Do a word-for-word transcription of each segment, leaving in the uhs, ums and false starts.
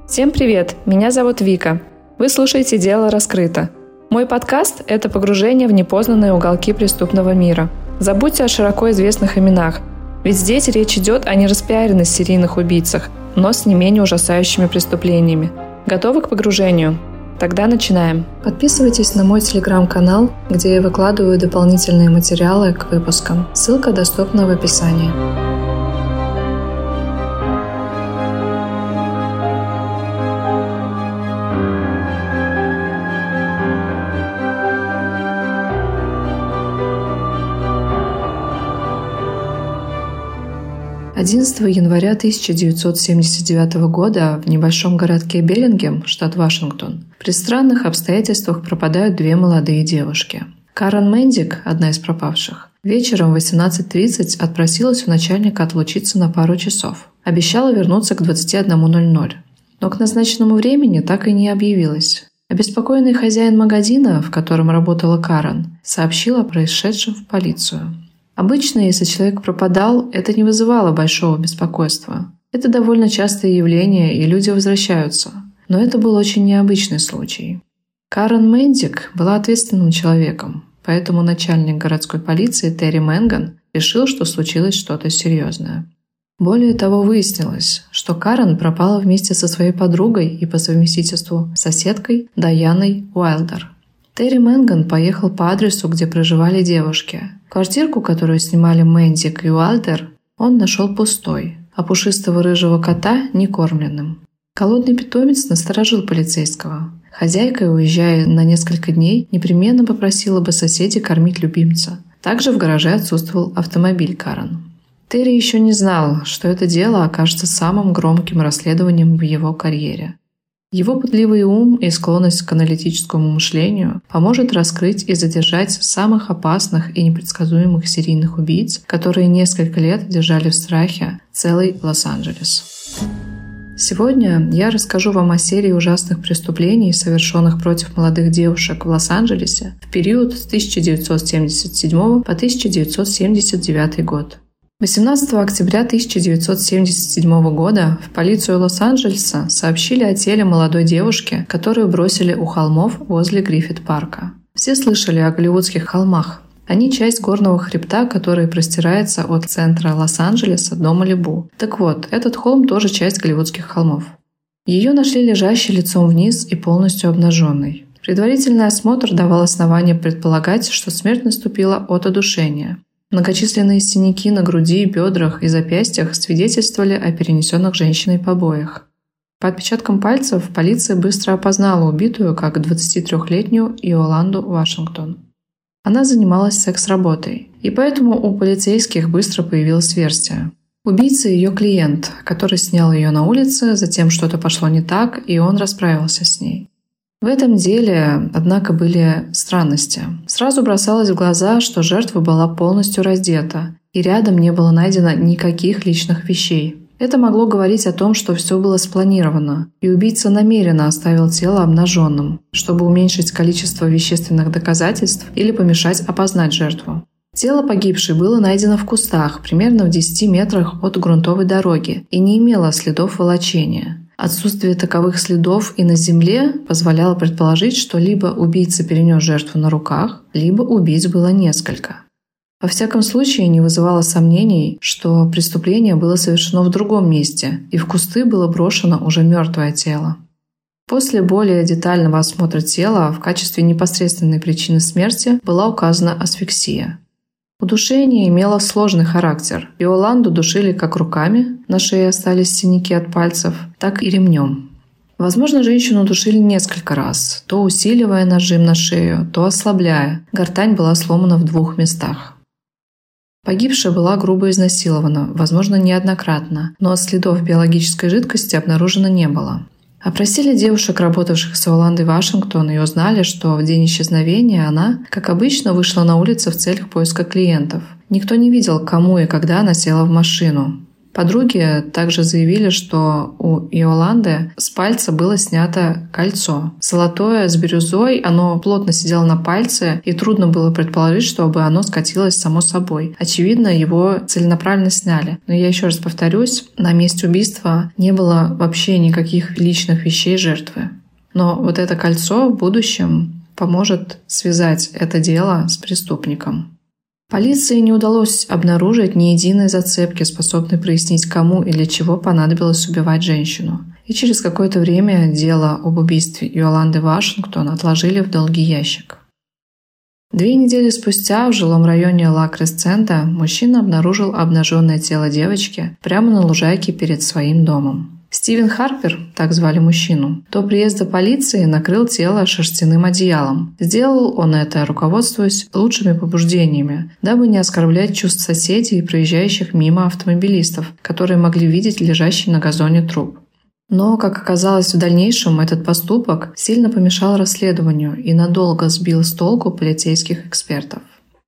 Всем привет! Меня зовут Вика. Вы слушаете «Дело раскрыто». Мой подкаст – это погружение в непознанные уголки преступного мира. Забудьте о широко известных именах, ведь здесь речь идет о нераспиаренных серийных убийцах, но с не менее ужасающими преступлениями. Готовы к погружению? Тогда начинаем. Подписывайтесь на мой телеграм-канал, где я выкладываю дополнительные материалы к выпускам. Ссылка доступна в описании. одиннадцатого января тысяча девятьсот семьдесят девятого года в небольшом городке Беллингем, штат Вашингтон, при странных обстоятельствах пропадают две молодые девушки. Карен Мендик, одна из пропавших, вечером в восемнадцать тридцать отпросилась у начальника отлучиться на пару часов. Обещала вернуться к двадцати одному ноль ноль, но к назначенному времени так и не объявилась. Обеспокоенный хозяин магазина, в котором работала Карен, сообщил о происшедшем в полицию. Обычно, если человек пропадал, это не вызывало большого беспокойства. Это довольно частое явление, и люди возвращаются. Но это был очень необычный случай. Карен Мендик была ответственным человеком, поэтому начальник городской полиции Терри Мэнган решил, что случилось что-то серьезное. Более того, выяснилось, что Карен пропала вместе со своей подругой и по совместительству соседкой Даяной Уайлдер. Терри Мэнган поехал по адресу, где проживали девушки. Квартирку, которую снимали Мендик и Уайлдер, он нашел пустой, а пушистого рыжего кота – некормленным. Голодный питомец насторожил полицейского. Хозяйка, уезжая на несколько дней, непременно попросила бы соседей кормить любимца. Также в гараже отсутствовал автомобиль Карен. Терри еще не знал, что это дело окажется самым громким расследованием в его карьере. Его пытливый ум и склонность к аналитическому мышлению поможет раскрыть и задержать самых опасных и непредсказуемых серийных убийц, которые несколько лет держали в страхе целый Лос-Анджелес. Сегодня я расскажу вам о серии ужасных преступлений, совершенных против молодых девушек в Лос-Анджелесе в период с тысяча девятьсот семьдесят седьмого по тысяча девятьсот семьдесят девятый год. восемнадцатого октября тысяча девятьсот семьдесят седьмого года в полицию Лос-Анджелеса сообщили о теле молодой девушки, которую бросили у холмов возле Гриффит-парка. Все слышали о голливудских холмах. Они часть горного хребта, который простирается от центра Лос-Анджелеса до Малибу. Так вот, этот холм тоже часть голливудских холмов. Ее нашли лежащей лицом вниз и полностью обнаженной. Предварительный осмотр давал основание предполагать, что смерть наступила от удушения. Многочисленные синяки на груди, бедрах и запястьях свидетельствовали о перенесенных женщиной побоях. По отпечаткам пальцев полиция быстро опознала убитую как двадцатитрёхлетнюю Йоланду Вашингтон. Она занималась секс-работой, и поэтому у полицейских быстро появилась версия. Убийца – ее клиент, который снял ее на улице, затем что-то пошло не так, и он расправился с ней. В этом деле, однако, были странности. Сразу бросалось в глаза, что жертва была полностью раздета, и рядом не было найдено никаких личных вещей. Это могло говорить о том, что все было спланировано, и убийца намеренно оставил тело обнаженным, чтобы уменьшить количество вещественных доказательств или помешать опознать жертву. Тело погибшей было найдено в кустах, примерно в десяти метрах от грунтовой дороги, и не имело следов волочения. Отсутствие таковых следов и на земле позволяло предположить, что либо убийца перенес жертву на руках, либо убийц было несколько. Во всяком случае, не вызывало сомнений, что преступление было совершено в другом месте, и в кусты было брошено уже мертвое тело. После более детального осмотра тела в качестве непосредственной причины смерти была указана асфиксия. Удушение имело сложный характер. Йоланду душили как руками, на шее остались синяки от пальцев, так и ремнем. Возможно, женщину душили несколько раз, то усиливая нажим на шею, то ослабляя. Гортань была сломана в двух местах. Погибшая была грубо изнасилована, возможно, неоднократно, но следов биологической жидкости обнаружено не было. Опросили девушек, работавших с Йоландой Вашингтон, и узнали, что в день исчезновения она, как обычно, вышла на улицу в целях поиска клиентов. Никто не видел, кому и когда она села в машину. Подруги также заявили, что у Иоланды с пальца было снято кольцо. Золотое с бирюзой, оно плотно сидело на пальце, и трудно было предположить, чтобы оно скатилось само собой. Очевидно, его целенаправленно сняли. Но я еще раз повторюсь, на месте убийства не было вообще никаких личных вещей жертвы. Но вот это кольцо в будущем поможет связать это дело с преступником. Полиции не удалось обнаружить ни единой зацепки, способной прояснить, кому или чего понадобилось убивать женщину. И через какое-то время дело об убийстве Иоланды Вашингтон отложили в долгий ящик. Две недели спустя в жилом районе Ла-Кресценто мужчина обнаружил обнаженное тело девочки прямо на лужайке перед своим домом. Стивен Харпер, так звали мужчину, до приезда полиции накрыл тело шерстяным одеялом. Сделал он это, руководствуясь лучшими побуждениями, дабы не оскорблять чувств соседей и проезжающих мимо автомобилистов, которые могли видеть лежащий на газоне труп. Но, как оказалось в дальнейшем, этот поступок сильно помешал расследованию и надолго сбил с толку полицейских экспертов.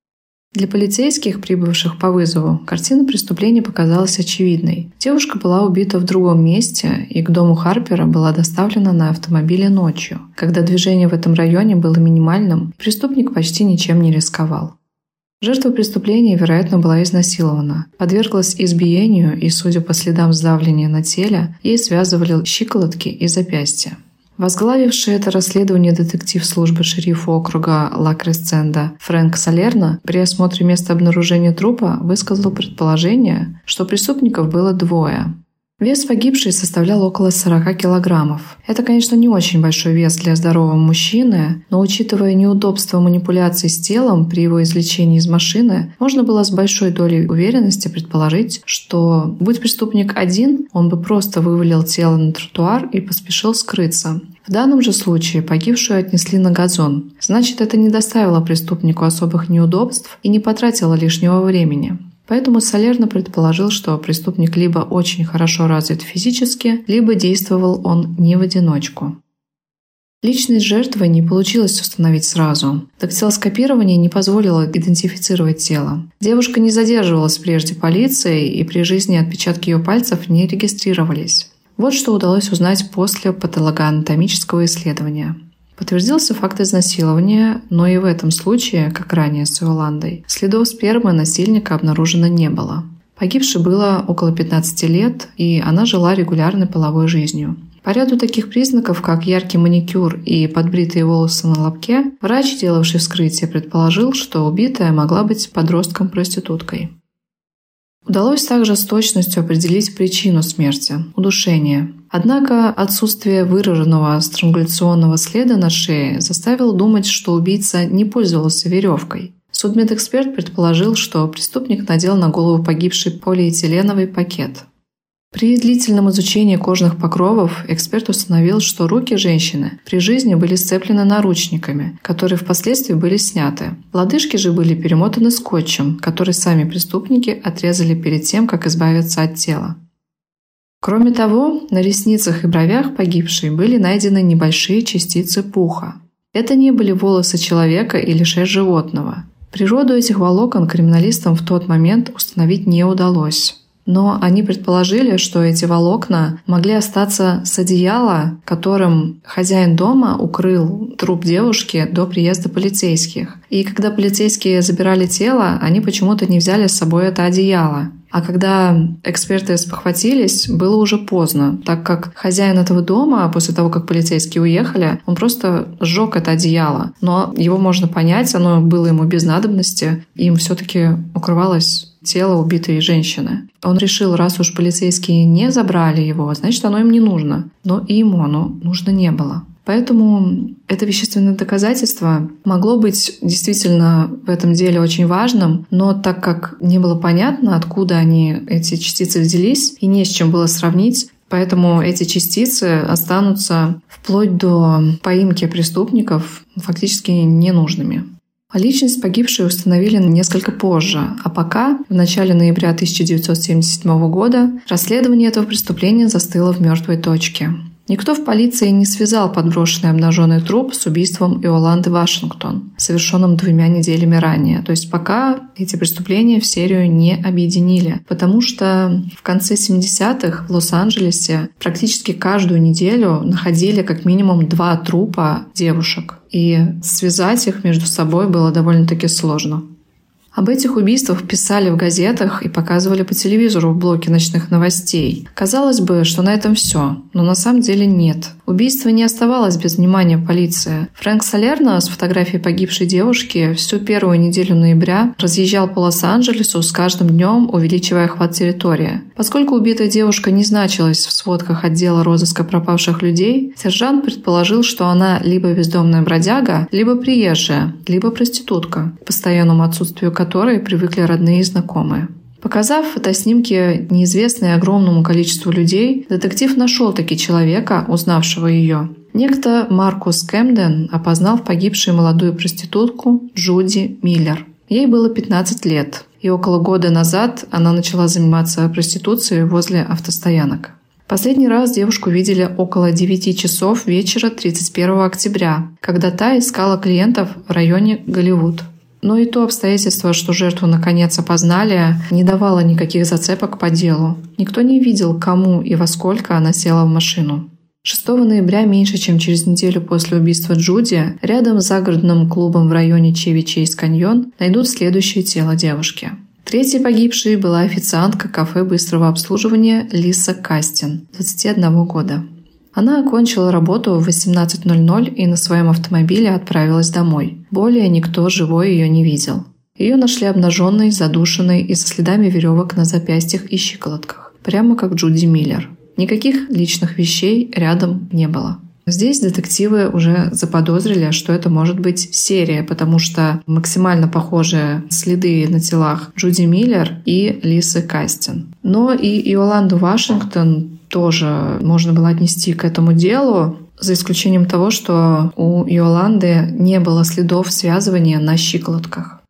Для полицейских, прибывших по вызову, картина преступления показалась очевидной. Девушка была убита в другом месте и к дому Харпера была доставлена на автомобиле ночью, когда движение в этом районе было минимальным, и преступник почти ничем не рисковал. Жертва преступления, вероятно, была изнасилована, подверглась избиению и, судя по следам сдавления на теле, ей связывали щиколотки и запястья. Возглавивший это расследование детектив службы шерифа округа Ла-Кресценто Фрэнк Салерно при осмотре места обнаружения трупа высказал предположение, что преступников было двое. Вес погибшей составлял около сорок килограммов. Это, конечно, не очень большой вес для здорового мужчины, но, учитывая неудобства манипуляций с телом при его извлечении из машины, можно было с большой долей уверенности предположить, что, будь преступник один, он бы просто вывалил тело на тротуар и поспешил скрыться. В данном же случае погибшую отнесли на газон. Значит, это не доставило преступнику особых неудобств и не потратило лишнего времени. Поэтому Салерно предположил, что преступник либо очень хорошо развит физически, либо действовал он не в одиночку. Личность жертвы не получилось установить сразу. Дактилоскопирование не позволило идентифицировать тело. Девушка не задерживалась прежде полицией, и при жизни отпечатки ее пальцев не регистрировались. Вот что удалось узнать после патологоанатомического исследования. Подтвердился факт изнасилования, но и в этом случае, как ранее с Иоландой, следов спермы насильника обнаружено не было. Погибшей было около пятнадцати лет, и она жила регулярной половой жизнью. По ряду таких признаков, как яркий маникюр и подбритые волосы на лобке, врач, делавший вскрытие, предположил, что убитая могла быть подростком-проституткой. Удалось также с точностью определить причину смерти – удушение. Однако отсутствие выраженного странгуляционного следа на шее заставило думать, что убийца не пользовался веревкой. Судмедэксперт предположил, что преступник надел на голову погибшей полиэтиленовый пакет. При длительном изучении кожных покровов эксперт установил, что руки женщины при жизни были сцеплены наручниками, которые впоследствии были сняты. Лодыжки же были перемотаны скотчем, который сами преступники отрезали перед тем, как избавиться от тела. Кроме того, на ресницах и бровях погибшей были найдены небольшие частицы пуха. Это не были волосы человека или шерсть животного. Природу этих волокон криминалистам в тот момент установить не удалось. Но они предположили, что эти волокна могли остаться с одеяла, которым хозяин дома укрыл труп девушки до приезда полицейских. И когда полицейские забирали тело, они почему-то не взяли с собой это одеяло. А когда эксперты спохватились, было уже поздно, так как хозяин этого дома, после того, как полицейские уехали, он просто сжег это одеяло. Но его можно понять, оно было ему без надобности, им все-таки укрывалось тело убитой женщины. Он решил, раз уж полицейские не забрали его, значит, оно им не нужно. Но и ему оно нужно не было. Поэтому это вещественное доказательство могло быть действительно в этом деле очень важным, но так как не было понятно, откуда они, эти частицы, взялись, и не с чем было сравнить, поэтому эти частицы останутся вплоть до поимки преступников фактически ненужными. Личность погибшей установили несколько позже, а пока, в начале ноября тысяча девятьсот семьдесят седьмого года, расследование этого преступления застыло в мертвой точке. Никто в полиции не связал подброшенный обнаженный труп с убийством Иоланды Вашингтон, совершенным двумя неделями ранее. То есть пока эти преступления в серию не объединили. Потому что в конце семидесятых в Лос-Анджелесе практически каждую неделю находили как минимум два трупа девушек. И связать их между собой было довольно-таки сложно. Об этих убийствах писали в газетах и показывали по телевизору в блоке ночных новостей. Казалось бы, что на этом все, но на самом деле нет. Убийство не оставалось без внимания полиции. Фрэнк Салерно с фотографией погибшей девушки всю первую неделю ноября разъезжал по Лос-Анджелесу, с каждым днем увеличивая охват территории. Поскольку убитая девушка не значилась в сводках отдела розыска пропавших людей, сержант предположил, что она либо бездомная бродяга, либо приезжая, либо проститутка, к постоянному отсутствию которой привыкли родные и знакомые. Показав фотоснимки неизвестной огромному количеству людей, детектив нашел таки человека, узнавшего ее. Некто Маркус Кэмден опознал в погибшей молодую проститутку Джуди Миллер. Ей было пятнадцать лет, и около года назад она начала заниматься проституцией возле автостоянок. Последний раз девушку видели около девяти часов вечера тридцать первого октября, когда та искала клиентов в районе Голливуд. Но и то обстоятельство, что жертву наконец опознали, не давало никаких зацепок по делу. Никто не видел, кому и во сколько она села в машину. шестого ноября, меньше чем через неделю после убийства Джуди, рядом с загородным клубом в районе Чеви Чейз Каньон найдут следующее тело девушки. Третьей погибшей была официантка кафе быстрого обслуживания Лиса Кастин, двадцати одного года. Она окончила работу в восемнадцать ноль ноль и на своем автомобиле отправилась домой. Более никто живой ее не видел. Ее нашли обнаженной, задушенной и со следами веревок на запястьях и щиколотках, прямо как Джуди Миллер. Никаких личных вещей рядом не было. Здесь детективы уже заподозрили, что это может быть серия, потому что максимально похожие следы на телах Джуди Миллер и Лисы Кастин. Но и Иоланду Вашингтон тоже можно было отнести к этому делу, за исключением того, что у Иоланды не было следов связывания на щиколотках.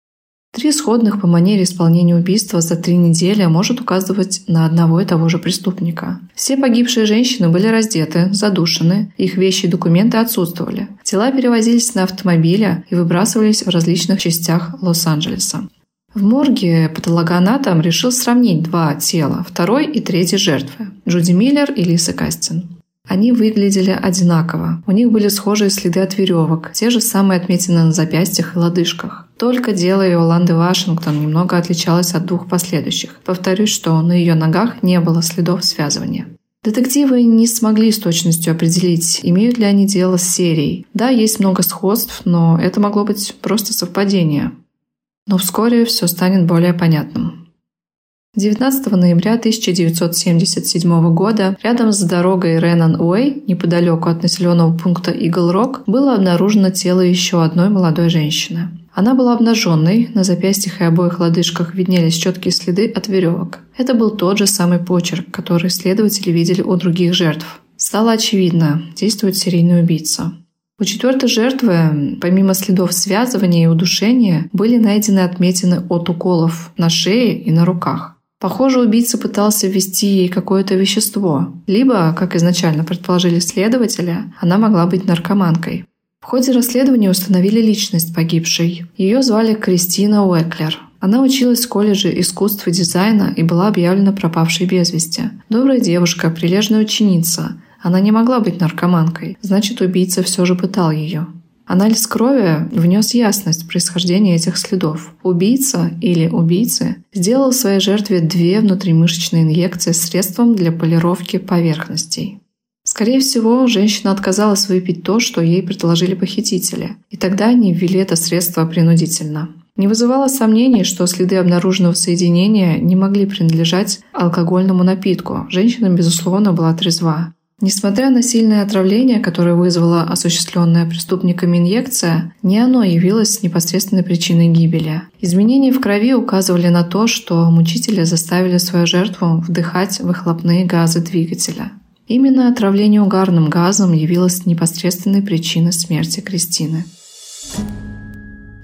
Три сходных по манере исполнения убийства за три недели может указывать на одного и того же преступника. Все погибшие женщины были раздеты, задушены, их вещи и документы отсутствовали. Тела перевозились на автомобиле и выбрасывались в различных частях Лос-Анджелеса. В морге патологоанатом решил сравнить два тела, второй и третьей жертвы – Джуди Миллер и Лисы Кастин. Они выглядели одинаково. У них были схожие следы от веревок, те же самые отметины на запястьях и лодыжках. Только дело Иоланды Вашингтон немного отличалось от двух последующих. Повторюсь, что на ее ногах не было следов связывания. Детективы не смогли с точностью определить, имеют ли они дело с серией. Да, есть много сходств, но это могло быть просто совпадение. Но вскоре все станет более понятным. девятнадцатого ноября тысяча девятьсот семьдесят седьмого года рядом с дорогой Реннан-Уэй, неподалеку от населенного пункта Игл-Рок, было обнаружено тело еще одной молодой женщины. Она была обнаженной, на запястьях и обоих лодыжках виднелись четкие следы от веревок. Это был тот же самый почерк, который следователи видели у других жертв. Стало очевидно, действует серийный убийца. У четвертой жертвы, помимо следов связывания и удушения, были найдены отметины от уколов на шее и на руках. Похоже, убийца пытался ввести ей какое-то вещество, либо, как изначально предположили следователи, она могла быть наркоманкой. В ходе расследования установили личность погибшей. Ее звали Кристина Уэклер. Она училась в колледже искусств и дизайна и была объявлена пропавшей без вести. Добрая девушка, прилежная ученица. Она не могла быть наркоманкой, значит, убийца все же пытал ее. Анализ крови внес ясность в происхождение этих следов. Убийца или убийцы сделал своей жертве две внутримышечные инъекции с средством для полировки поверхностей. Скорее всего, женщина отказалась выпить то, что ей предложили похитители, и тогда они ввели это средство принудительно. Не вызывало сомнений, что следы обнаруженного соединения не могли принадлежать алкогольному напитку. Женщина, безусловно, была трезва. Несмотря на сильное отравление, которое вызвала осуществленная преступниками инъекция, не оно явилось непосредственной причиной гибели. Изменения в крови указывали на то, что мучители заставили свою жертву вдыхать выхлопные газы двигателя. Именно отравление угарным газом явилось непосредственной причиной смерти Кристины.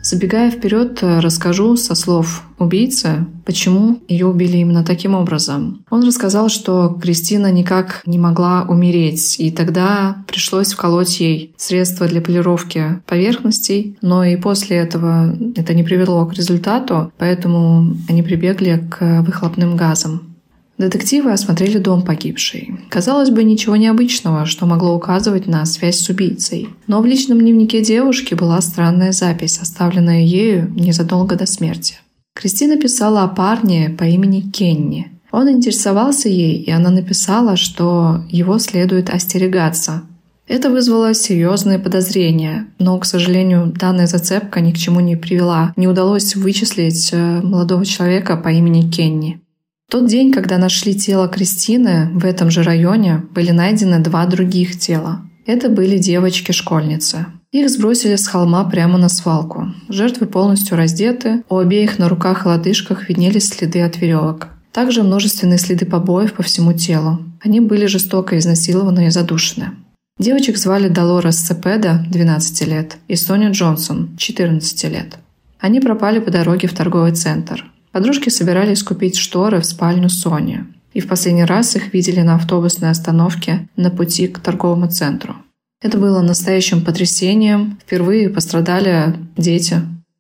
Забегая вперед, расскажу со слов убийцы, почему ее убили именно таким образом. Он рассказал, что Кристина никак не могла умереть, и тогда пришлось вколоть ей средства для полировки поверхностей, но и после этого это не привело к результату, поэтому они прибегли к выхлопным газам. Детективы осмотрели дом погибшей. Казалось бы, ничего необычного, что могло указывать на связь с убийцей. Но в личном дневнике девушки была странная запись, оставленная ею незадолго до смерти. Кристина писала о парне по имени Кенни. Он интересовался ей, и она написала, что его следует остерегаться. Это вызвало серьезные подозрения, но, к сожалению, данная зацепка ни к чему не привела. Не удалось вычислить молодого человека по имени Кенни. В тот день, когда нашли тело Кристины, в этом же районе были найдены два других тела. Это были девочки-школьницы. Их сбросили с холма прямо на свалку. Жертвы полностью раздеты, у обеих на руках и лодыжках виднелись следы от веревок. Также множественные следы побоев по всему телу. Они были жестоко изнасилованы и задушены. Девочек звали Долорес Цепеда, двенадцать лет, и Соня Джонсон, четырнадцать лет. Они пропали по дороге в торговый центр. Подружки собирались купить шторы в спальню Сони, и в последний раз их видели на автобусной остановке на пути к торговому центру. Это было настоящим потрясением. Впервые пострадали дети.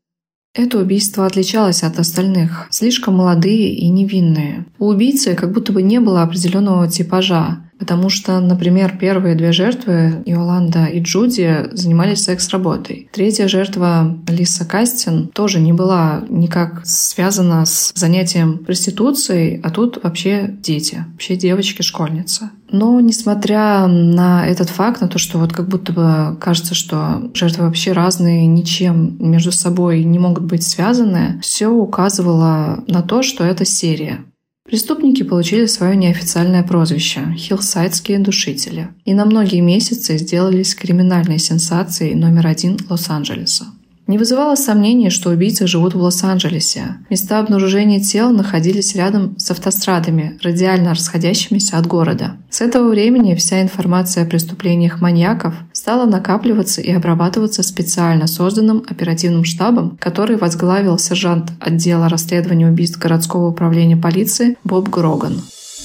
Это убийство отличалось от остальных. Слишком молодые и невинные. У убийцы как будто бы не было определенного типажа, потому что, например, первые две жертвы, Йоланда и Джуди, занимались секс-работой. Третья жертва, Лиса Кастин, тоже не была никак связана с занятием проституцией, а тут вообще дети, вообще девочки-школьницы. Но, несмотря на этот факт, на то, что вот как будто бы кажется, что жертвы вообще разные, ничем между собой не могут быть связаны, все указывало на то, что это серия. Преступники получили свое неофициальное прозвище – «Хиллсайдские душители» и на многие месяцы сделались криминальной сенсацией номер один Лос-Анджелеса. Не вызывало сомнений, что убийцы живут в Лос-Анджелесе. Места обнаружения тел находились рядом с автострадами, радиально расходящимися от города. С этого времени вся информация о преступлениях маньяков стала накапливаться и обрабатываться специально созданным оперативным штабом, который возглавил сержант отдела расследования убийств городского управления полиции Боб Гроган.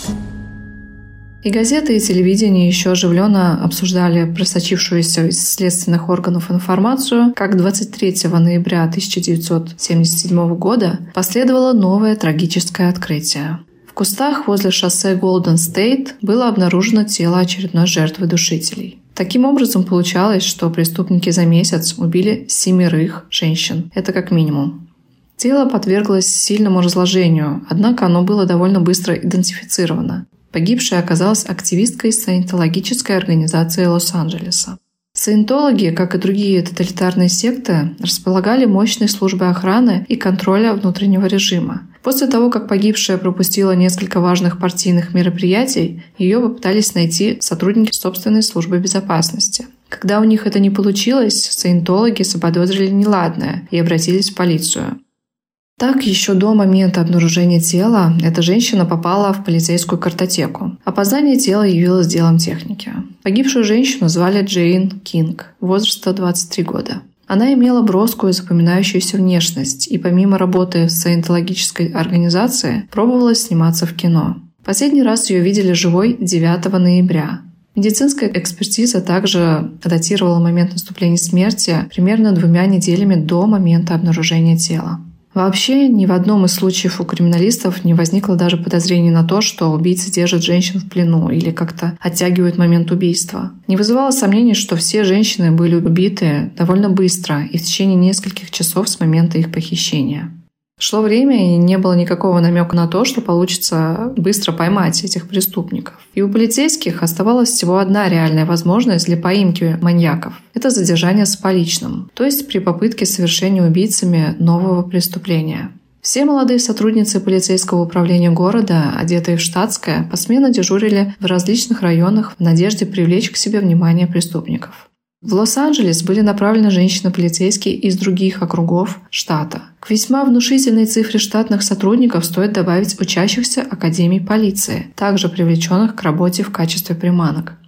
И газеты, и телевидение еще оживленно обсуждали просочившуюся из следственных органов информацию, как двадцать третьего ноября тысяча девятьсот семьдесят седьмого года последовало новое трагическое открытие. В кустах возле шоссе Голден Стейт было обнаружено тело очередной жертвы душителей. Таким образом, получалось, что преступники за месяц убили семерых женщин. Это как минимум. Тело подверглось сильному разложению, однако оно было довольно быстро идентифицировано. Погибшая оказалась активисткой саентологической организации Лос-Анджелеса. Саентологи, как и другие тоталитарные секты, располагали мощной службой охраны и контроля внутреннего режима. После того, как погибшая пропустила несколько важных партийных мероприятий, ее попытались найти сотрудники собственной службы безопасности. Когда у них это не получилось, саентологи заподозрили неладное и обратились в полицию. Так, еще до момента обнаружения тела эта женщина попала в полицейскую картотеку. Опознание тела явилось делом техники. Погибшую женщину звали Джейн Кинг, возраста двадцать три года. Она имела броскую запоминающуюся внешность и помимо работы в саентологической организации пробовала сниматься в кино. Последний раз ее видели живой девятого ноября. Медицинская экспертиза также датировала момент наступления смерти примерно двумя неделями до момента обнаружения тела. Вообще, ни в одном из случаев у криминалистов не возникло даже подозрений на то, что убийцы держат женщин в плену или как-то оттягивают момент убийства. Не вызывало сомнений, что все женщины были убиты довольно быстро и в течение нескольких часов с момента их похищения. Шло время, и не было никакого намека на то, что получится быстро поймать этих преступников. И у полицейских оставалась всего одна реальная возможность для поимки маньяков – это задержание с поличным, то есть при попытке совершения убийцами нового преступления. Все молодые сотрудницы полицейского управления города, одетые в штатское, посменно дежурили в различных районах в надежде привлечь к себе внимание преступников. В Лос-Анджелес были направлены женщины-полицейские из других округов штата. К весьма внушительной цифре штатных сотрудников стоит добавить учащихся академий полиции, также привлеченных к работе в качестве приманок.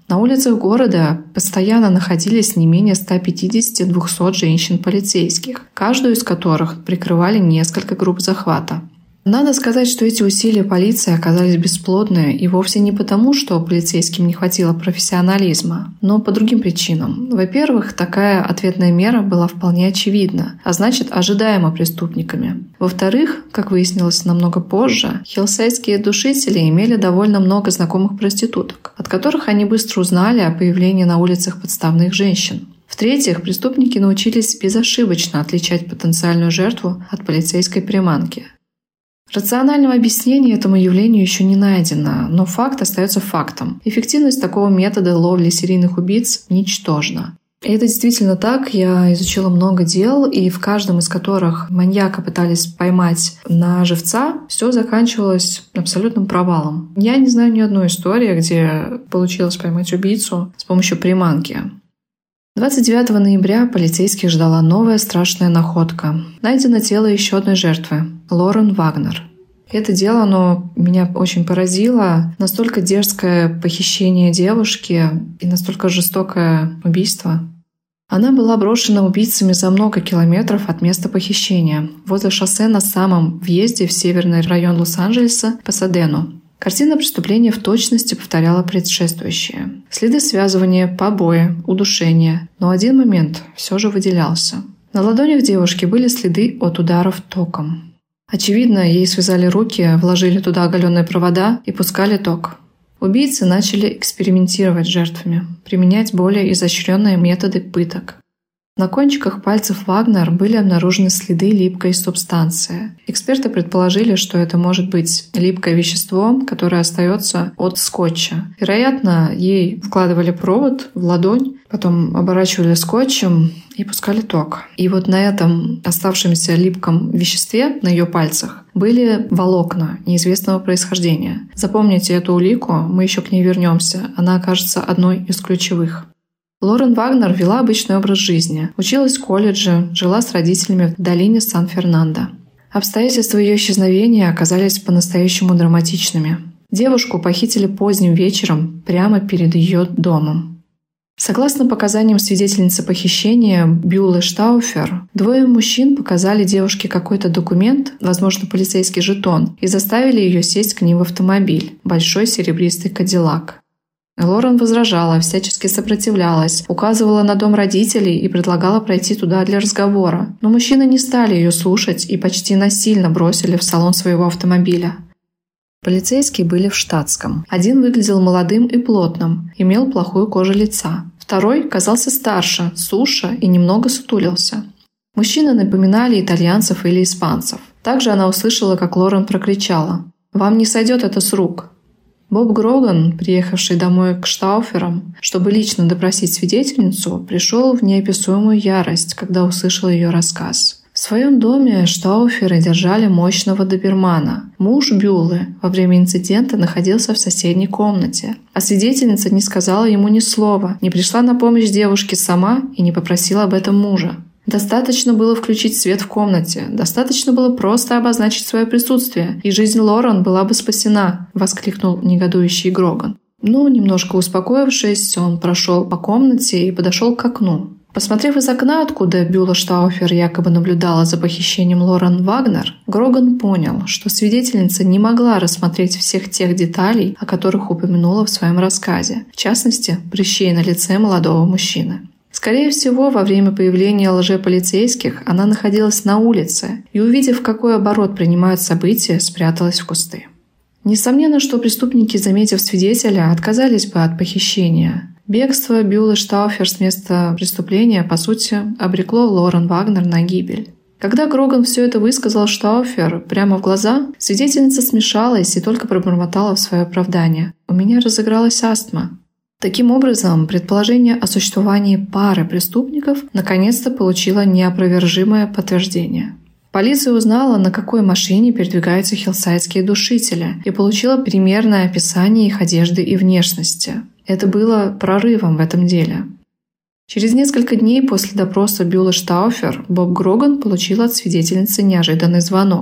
На улицах города постоянно находились не менее ста пятидесяти - двухсот женщин-полицейских, каждую из которых прикрывали несколько групп захвата. Надо сказать, что эти усилия полиции оказались бесплодны, и вовсе не потому, что полицейским не хватило профессионализма, но по другим причинам. Во-первых, такая ответная мера была вполне очевидна, а значит, ожидаема преступниками. Во-вторых, как выяснилось намного позже, хиллсайдские душители имели довольно много знакомых проституток, от которых они быстро узнали о появлении на улицах подставных женщин. В-третьих, преступники научились безошибочно отличать потенциальную жертву от полицейской приманки. Рационального объяснения этому явлению еще не найдено, но факт остается фактом. Эффективность такого метода ловли серийных убийц ничтожна. И это действительно так. Я изучила много дел, и в каждом из которых маньяка пытались поймать на живца, все заканчивалось абсолютным провалом. Я не знаю ни одной истории, где получилось поймать убийцу с помощью приманки. двадцать девятого ноября полицейских ждала новая страшная находка. Найдено тело еще одной жертвы – Лорен Вагнер. Это дело, оно меня очень поразило. Настолько дерзкое похищение девушки и настолько жестокое убийство. Она была брошена убийцами за много километров от места похищения, возле шоссе на самом въезде в северный район Лос-Анджелеса Пасадену. Картина преступления в точности повторяла предшествующие. Следы связывания, побои, удушения. Но один момент все же выделялся. На ладонях девушки были следы от ударов током. Очевидно, ей связали руки, вложили туда оголенные провода и пускали ток. Убийцы начали экспериментировать с жертвами, применять более изощренные методы пыток. На кончиках пальцев Вагнер были обнаружены следы липкой субстанции. Эксперты предположили, что это может быть липкое вещество, которое остается от скотча. Вероятно, ей вкладывали провод в ладонь, потом оборачивали скотчем и пускали ток. И вот на этом оставшемся липком веществе на ее пальцах были волокна неизвестного происхождения. Запомните эту улику, мы еще к ней вернемся. Она окажется одной из ключевых. Лорен Вагнер вела обычный образ жизни, училась в колледже, жила с родителями в долине Сан-Фернандо. Обстоятельства ее исчезновения оказались по-настоящему драматичными. Девушку похитили поздним вечером прямо перед ее домом. Согласно показаниям свидетельницы похищения Бюллы Штауфер, двое мужчин показали девушке какой-то документ, возможно, полицейский жетон, и заставили ее сесть к ним в автомобиль – большой серебристый Кадиллак. Лорен возражала, всячески сопротивлялась, указывала на дом родителей и предлагала пройти туда для разговора. Но мужчины не стали ее слушать и почти насильно бросили в салон своего автомобиля. Полицейские были в штатском. Один выглядел молодым и плотным, имел плохую кожу лица. Второй казался старше, суше и немного сутулился. Мужчины напоминали итальянцев или испанцев. Также она услышала, как Лорен прокричала: «Вам не сойдет это с рук!». Боб Гроган, приехавший домой к Штауферам, чтобы лично допросить свидетельницу, пришел в неописуемую ярость, когда услышал ее рассказ. В своем доме Штауферы держали мощного добермана. Муж Бюллы во время инцидента находился в соседней комнате, а свидетельница не сказала ему ни слова, не пришла на помощь девушке сама и не попросила об этом мужа. Достаточно было включить свет в комнате, достаточно было просто обозначить свое присутствие, и жизнь Лорен была бы спасена, — воскликнул негодующий Гроган. Но, немножко успокоившись, он прошел по комнате и подошел к окну. Посмотрев из окна, откуда Бюлла Штауфер якобы наблюдала за похищением Лорен Вагнер, Гроган понял, что свидетельница не могла рассмотреть всех тех деталей, о которых упомянула в своем рассказе, в частности, прыщей на лице молодого мужчины. Скорее всего, во время появления лжеполицейских она находилась на улице и, увидев, какой оборот принимают события, спряталась в кусты. Несомненно, что преступники, заметив свидетеля, отказались бы от похищения. Бегство Бюллы Штауфер с места преступления, по сути, обрекло Лорен Вагнер на гибель. Когда Гроган все это высказал Штауфер прямо в глаза, свидетельница смешалась и только пробормотала в свое оправдание: «У меня разыгралась астма». Таким образом, предположение о существовании пары преступников наконец-то получило неопровержимое подтверждение. Полиция узнала, на какой машине передвигаются хиллсайдские душители, и получила примерное описание их одежды и внешности. Это было прорывом в этом деле. Через несколько дней после допроса Бюллы Штауфер Боб Гроган получил от свидетельницы неожиданный звонок.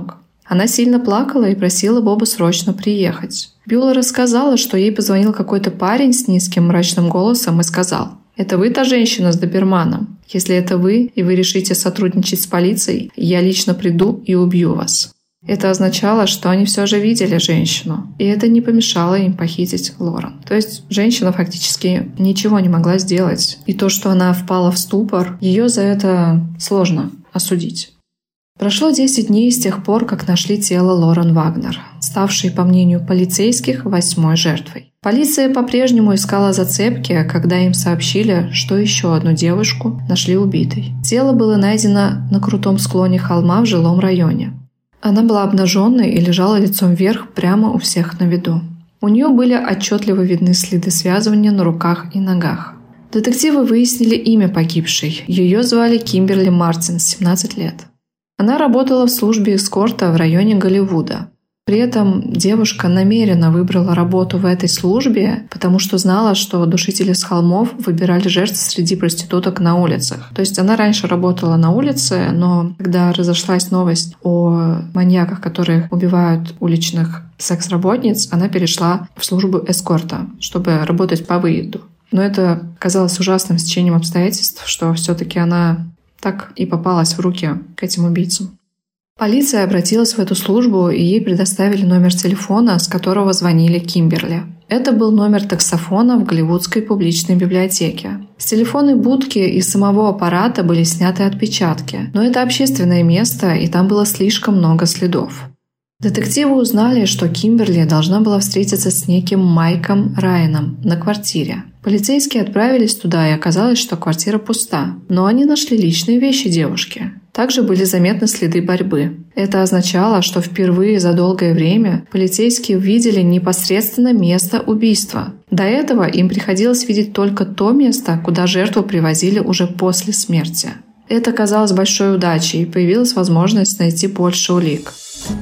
Она сильно плакала и просила Боба срочно приехать. Бьюла рассказала, что ей позвонил какой-то парень с низким мрачным голосом и сказал: «Это вы та женщина с доберманом? Если это вы, и вы решите сотрудничать с полицией, я лично приду и убью вас». Это означало, что они все же видели женщину, и это не помешало им похитить Лорен. То есть женщина фактически ничего не могла сделать. И то, что она впала в ступор, ее за это сложно осудить. Прошло десять дней с тех пор, как нашли тело Лорен Вагнер, ставшей, по мнению полицейских, восьмой жертвой. Полиция по-прежнему искала зацепки, когда им сообщили, что еще одну девушку нашли убитой. Тело было найдено на крутом склоне холма в жилом районе. Она была обнаженной и лежала лицом вверх прямо у всех на виду. У нее были отчетливо видны следы связывания на руках и ногах. Детективы выяснили имя погибшей. Ее звали Кимберли Мартин, семнадцать лет. Она работала в службе эскорта в районе Голливуда. При этом девушка намеренно выбрала работу в этой службе, потому что знала, что душители с холмов выбирали жертв среди проституток на улицах. То есть она раньше работала на улице, но когда разошлась новость о маньяках, которые убивают уличных секс-работниц, она перешла в службу эскорта, чтобы работать по выезду. Но это казалось ужасным стечением обстоятельств, что все-таки она так и попалась в руки к этим убийцам. Полиция обратилась в эту службу, и ей предоставили номер телефона, с которого звонили Кимберли. Это был номер таксофона в Голливудской публичной библиотеке. С телефонной будки и самого аппарата были сняты отпечатки, но это общественное место, и там было слишком много следов. Детективы узнали, что Кимберли должна была встретиться с неким Майком Райаном на квартире. Полицейские отправились туда, и оказалось, что квартира пуста. Но они нашли личные вещи девушки. Также были заметны следы борьбы. Это означало, что впервые за долгое время полицейские увидели непосредственно место убийства. До этого им приходилось видеть только то место, куда жертву привозили уже после смерти. Это казалось большой удачей, и появилась возможность найти больше улик.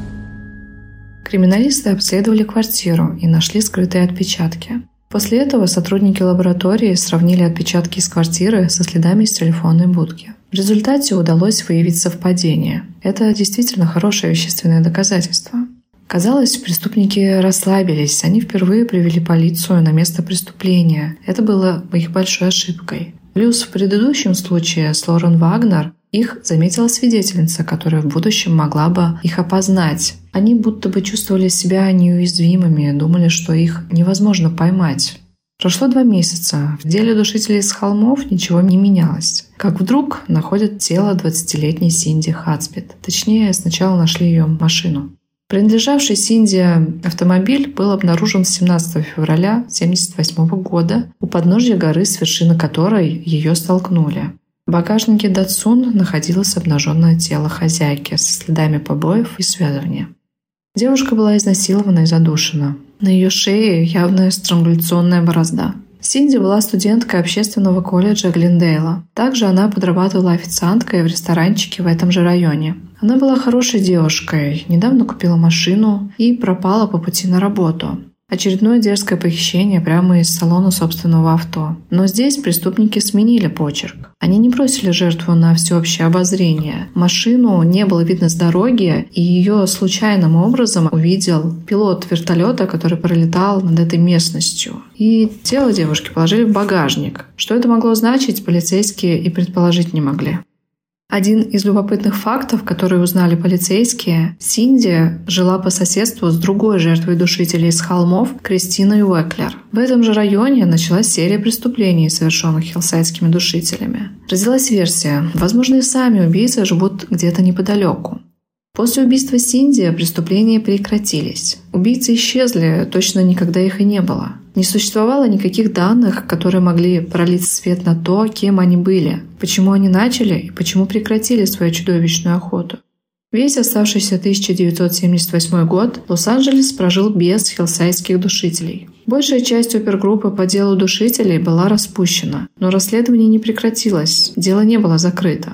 Криминалисты обследовали квартиру и нашли скрытые отпечатки. После этого сотрудники лаборатории сравнили отпечатки из квартиры со следами из телефонной будки. В результате удалось выявить совпадение. Это действительно хорошее вещественное доказательство. Казалось, преступники расслабились, они впервые привели полицию на место преступления. Это было их большой ошибкой. Плюс в предыдущем случае с Лорен Вагнер их заметила свидетельница, которая в будущем могла бы их опознать. Они будто бы чувствовали себя неуязвимыми, думали, что их невозможно поймать. Прошло два месяца. В деле душителей с холмов ничего не менялось. Как вдруг находят тело двадцатилетней Синди Хадсбит. Точнее, сначала нашли ее машину. Принадлежавший Синди автомобиль был обнаружен семнадцатого февраля тысяча девятьсот семьдесят восьмого года у подножья горы, с вершины которой ее столкнули. В багажнике Датсун находилось обнаженное тело хозяйки со следами побоев и связывания. Девушка была изнасилована и задушена. На ее шее явная странгуляционная борозда. Синди была студенткой общественного колледжа Глендейла. Также она подрабатывала официанткой в ресторанчике в этом же районе. Она была хорошей девушкой, недавно купила машину и пропала по пути на работу. Очередное дерзкое похищение прямо из салона собственного авто. Но здесь преступники сменили почерк. Они не бросили жертву на всеобщее обозрение. Машину не было видно с дороги, и ее случайным образом увидел пилот вертолета, который пролетал над этой местностью. И тело девушки положили в багажник. Что это могло значить, полицейские и предположить не могли. Один из любопытных фактов, которые узнали полицейские, Синди жила по соседству с другой жертвой душителей из холмов, Кристиной Уэклер. В этом же районе началась серия преступлений, совершенных хиллсайдскими душителями. Родилась версия, возможно, и сами убийцы живут где-то неподалеку. После убийства Синди преступления прекратились. Убийцы исчезли, точно никогда их и не было. Не существовало никаких данных, которые могли пролить свет на то, кем они были, почему они начали и почему прекратили свою чудовищную охоту. Весь оставшийся тысяча девятьсот семьдесят восьмой год Лос-Анджелес прожил без хиллсайдских душителей. Большая часть опергруппы по делу душителей была распущена, но расследование не прекратилось, дело не было закрыто.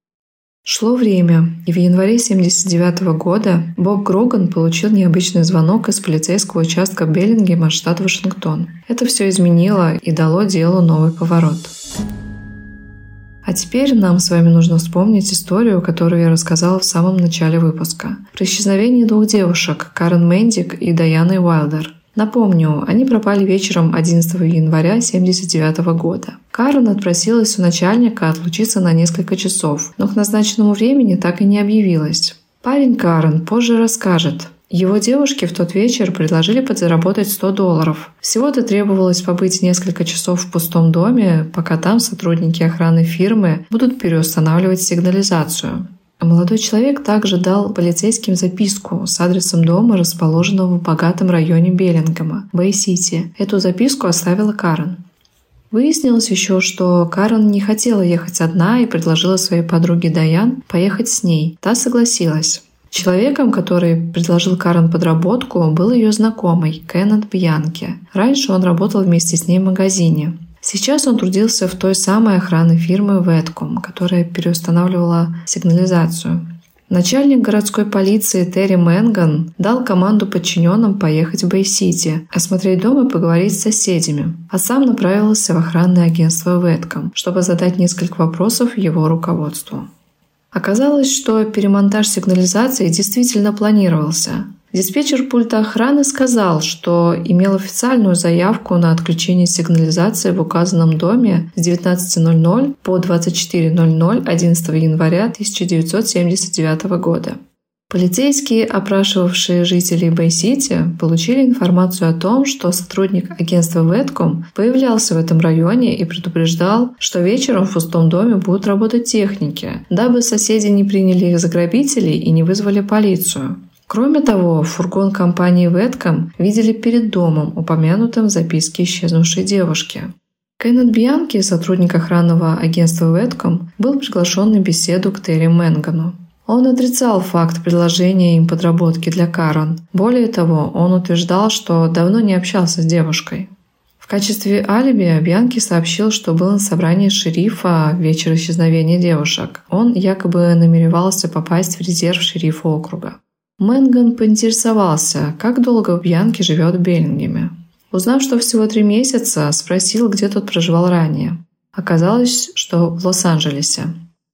Шло время, и в январе тысяча девятьсот семьдесят девятого года Боб Гроган получил необычный звонок из полицейского участка Беллингема, штат Вашингтон. Это все изменило и дало делу новый поворот. А теперь нам с вами нужно вспомнить историю, которую я рассказала в самом начале выпуска. Про исчезновение двух девушек, Карен Мендик и Дайаны Уайлдер. Напомню, они пропали вечером одиннадцатого января тысяча девятьсот семьдесят девятого года. Карен отпросилась у начальника отлучиться на несколько часов, но к назначенному времени так и не объявилась. Парень Карен позже расскажет. Его девушке в тот вечер предложили подзаработать сто долларов. Всего-то требовалось побыть несколько часов в пустом доме, пока там сотрудники охраны фирмы будут переустанавливать сигнализацию. Молодой человек также дал полицейским записку с адресом дома, расположенного в богатом районе Беллингема, Бэй-Сити. Эту записку оставила Карен. Выяснилось еще, что Карен не хотела ехать одна и предложила своей подруге Дайан поехать с ней. Та согласилась. Человеком, который предложил Карен подработку, был ее знакомый Кеннет Бьянки. Раньше он работал вместе с ней в магазине. Сейчас он трудился в той самой охранной фирме Вэтком, которая переустанавливала сигнализацию. Начальник городской полиции Терри Мэнган дал команду подчиненным поехать в Бэй-Сити, осмотреть дом и поговорить с соседями, а сам направился в охранное агентство Вэтком, чтобы задать несколько вопросов его руководству. Оказалось, что перемонтаж сигнализации действительно планировался. Диспетчер пульта охраны сказал, что имел официальную заявку на отключение сигнализации в указанном доме с девятнадцати ноль-ноль по двадцать четыре ноль-ноль одиннадцатого января тысяча девятьсот семьдесят девятого года. Полицейские, опрашивавшие жителей Бэй-Сити, получили информацию о том, что сотрудник агентства Вэтком появлялся в этом районе и предупреждал, что вечером в пустом доме будут работать техники, дабы соседи не приняли их за грабителей и не вызвали полицию. Кроме того, фургон компании Вэтком видели перед домом, упомянутым в записке исчезнувшей девушки. Кеннет Бьянки, сотрудник охранного агентства Вэтком, был приглашен на беседу к Терри Мэнгану. Он отрицал факт предложения им подработки для Карен. Более того, он утверждал, что давно не общался с девушкой. В качестве алиби Бьянки сообщил, что был на собрании шерифа в вечер исчезновения девушек. Он якобы намеревался попасть в резерв шерифа округа. Мэнган поинтересовался, как долго Бьянки живет в Беллингеме. Узнав, что всего три месяца, спросил, где тот проживал ранее. Оказалось, что в Лос-Анджелесе.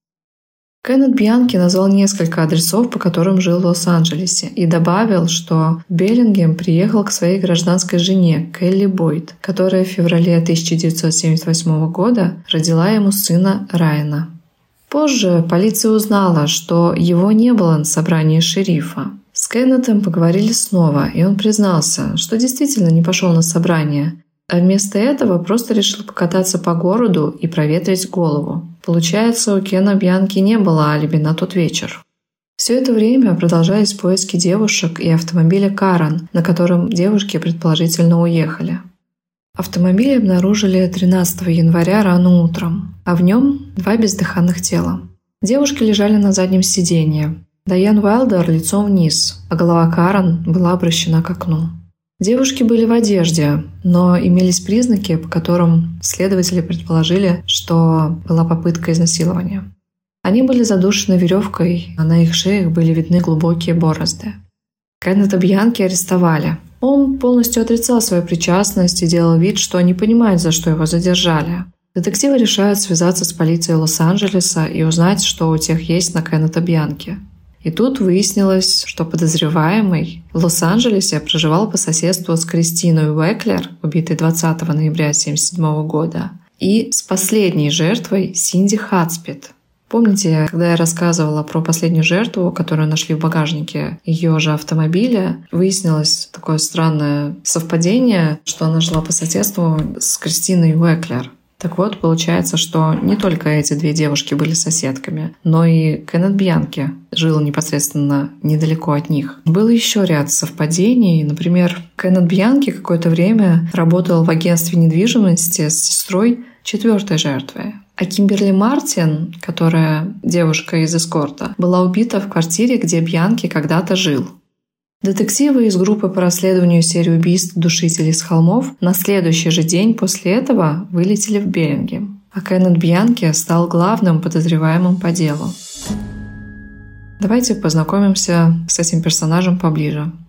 Кеннет Бьянки назвал несколько адресов, по которым жил в Лос-Анджелесе, и добавил, что в Беллингем приехал к своей гражданской жене Келли Бойд, которая в феврале тысяча девятьсот семьдесят восьмого года родила ему сына Райана. Позже полиция узнала, что его не было на собрании шерифа. С Кеннетом поговорили снова, и он признался, что действительно не пошел на собрание, а вместо этого просто решил покататься по городу и проветрить голову. Получается, у Кена Бьянки не было алиби на тот вечер. Все это время продолжались поиски девушек и автомобиля Карен, на котором девушки предположительно уехали. Автомобиль обнаружили тринадцатого января рано утром, а в нем два бездыханных тела. Девушки лежали на заднем сиденье. Дайан Уайлдер лицом вниз, а голова Карен была обращена к окну. Девушки были в одежде, но имелись признаки, по которым следователи предположили, что была попытка изнасилования. Они были задушены веревкой, а на их шеях были видны глубокие борозды. Кеннета Бьянки арестовали. Он полностью отрицал свою причастность и делал вид, что не понимает, за что его задержали. Детективы решают связаться с полицией Лос-Анджелеса и узнать, что у тех есть на Кеннета Бьянки. И тут выяснилось, что подозреваемый в Лос-Анджелесе проживал по соседству с Кристиной Уэклер, убитой двадцатого ноября тысяча девятьсот семьдесят седьмого года, и с последней жертвой Синди Хадспит. Помните, когда я рассказывала про последнюю жертву, которую нашли в багажнике ее же автомобиля, выяснилось такое странное совпадение, что она жила по соседству с Кристиной Уэклер. Так вот, получается, что не только эти две девушки были соседками, но и Кеннет Бьянки жил непосредственно недалеко от них. Был еще ряд совпадений. Например, Кеннет Бьянки какое-то время работал в агентстве недвижимости с сестрой четвертой жертвы. А Кимберли Мартин, которая девушка из эскорта, была убита в квартире, где Бьянки когда-то жил. Детективы из группы по расследованию серии убийств душителей с холмов на следующий же день после этого вылетели в Беллингем, а Кеннет Бьянки стал главным подозреваемым по делу. Давайте познакомимся с этим персонажем поближе.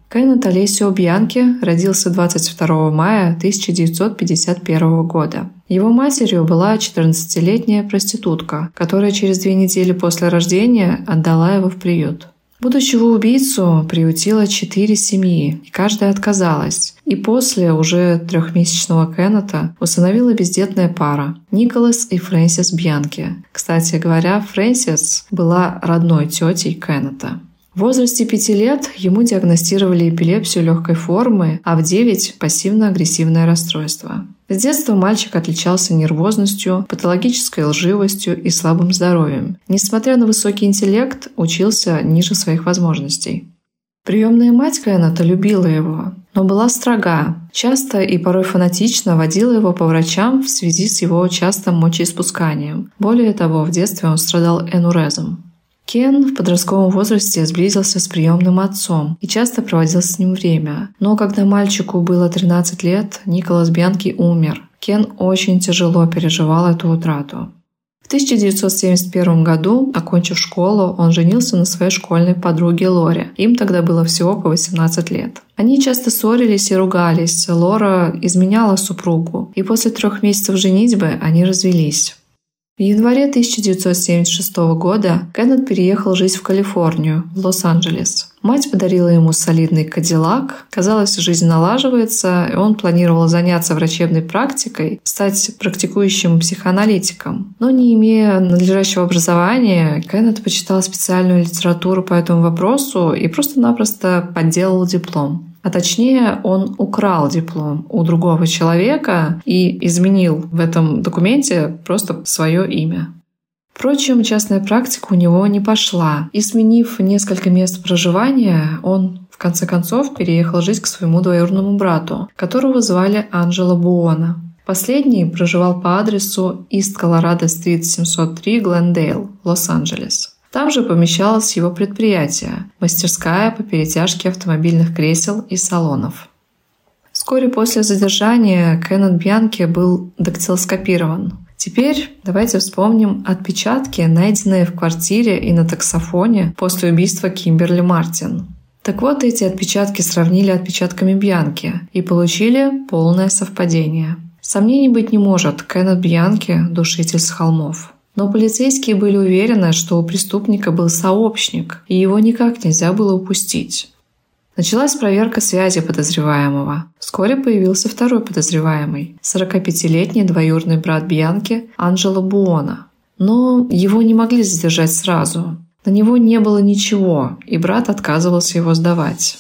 Кеннет Алессио Бьянки родился двадцать второго мая тысяча девятьсот пятьдесят первого года. Его матерью была четырнадцатилетняя проститутка, которая через две недели после рождения отдала его в приют. Будущего убийцу приютило четыре семьи, и каждая отказалась. И после уже трехмесячного Кеннета усыновила бездетная пара – Николас и Фрэнсис Бьянки. Кстати говоря, Фрэнсис была родной тетей Кеннета. В возрасте пяти лет ему диагностировали эпилепсию легкой формы, а в девять – пассивно-агрессивное расстройство. С детства мальчик отличался нервозностью, патологической лживостью и слабым здоровьем. Несмотря на высокий интеллект, учился ниже своих возможностей. Приемная мать Кеннета любила его, но была строга, часто и порой фанатично водила его по врачам в связи с его частым мочеиспусканием. Более того, в детстве он страдал энурезом. Кен в подростковом возрасте сблизился с приемным отцом и часто проводил с ним время. Но когда мальчику было тринадцать лет, Николас Бьянки умер. Кен очень тяжело переживал эту утрату. В тысяча девятьсот семьдесят первом году, окончив школу, он женился на своей школьной подруге Лоре. Им тогда было всего по восемнадцать лет. Они часто ссорились и ругались. Лора изменяла супругу, и после трех месяцев женитьбы они развелись. В январе тысяча девятьсот семьдесят шестого года Кеннет переехал жить в Калифорнию, в Лос-Анджелес. Мать подарила ему солидный кадиллак. Казалось, жизнь налаживается, и он планировал заняться врачебной практикой, стать практикующим психоаналитиком. Но не имея надлежащего образования, Кеннет почитал специальную литературу по этому вопросу и просто-напросто подделал диплом. А точнее, он украл диплом у другого человека и изменил в этом документе просто свое имя. Впрочем, частная практика у него не пошла, и, сменив несколько мест проживания, он в конце концов переехал жить к своему двоюродному брату, которого звали Анджело Буона. Последний проживал по адресу East Colorado Street семьсот три, Глендейл, Лос-Анджелес. Там же помещалось его предприятие – мастерская по перетяжке автомобильных кресел и салонов. Вскоре после задержания Кеннет Бьянки был дактилоскопирован. Теперь давайте вспомним отпечатки, найденные в квартире и на таксофоне после убийства Кимберли Мартин. Так вот, эти отпечатки сравнили отпечатками Бьянки и получили полное совпадение. Сомнений быть не может, Кеннет Бьянки – душитель с холмов. Но полицейские были уверены, что у преступника был сообщник, и его никак нельзя было упустить. Началась проверка связи подозреваемого. Вскоре появился второй подозреваемый – сорокапятилетний двоюродный брат Бьянки Анджело Буона. Но его не могли задержать сразу. На него не было ничего, и брат отказывался его сдавать.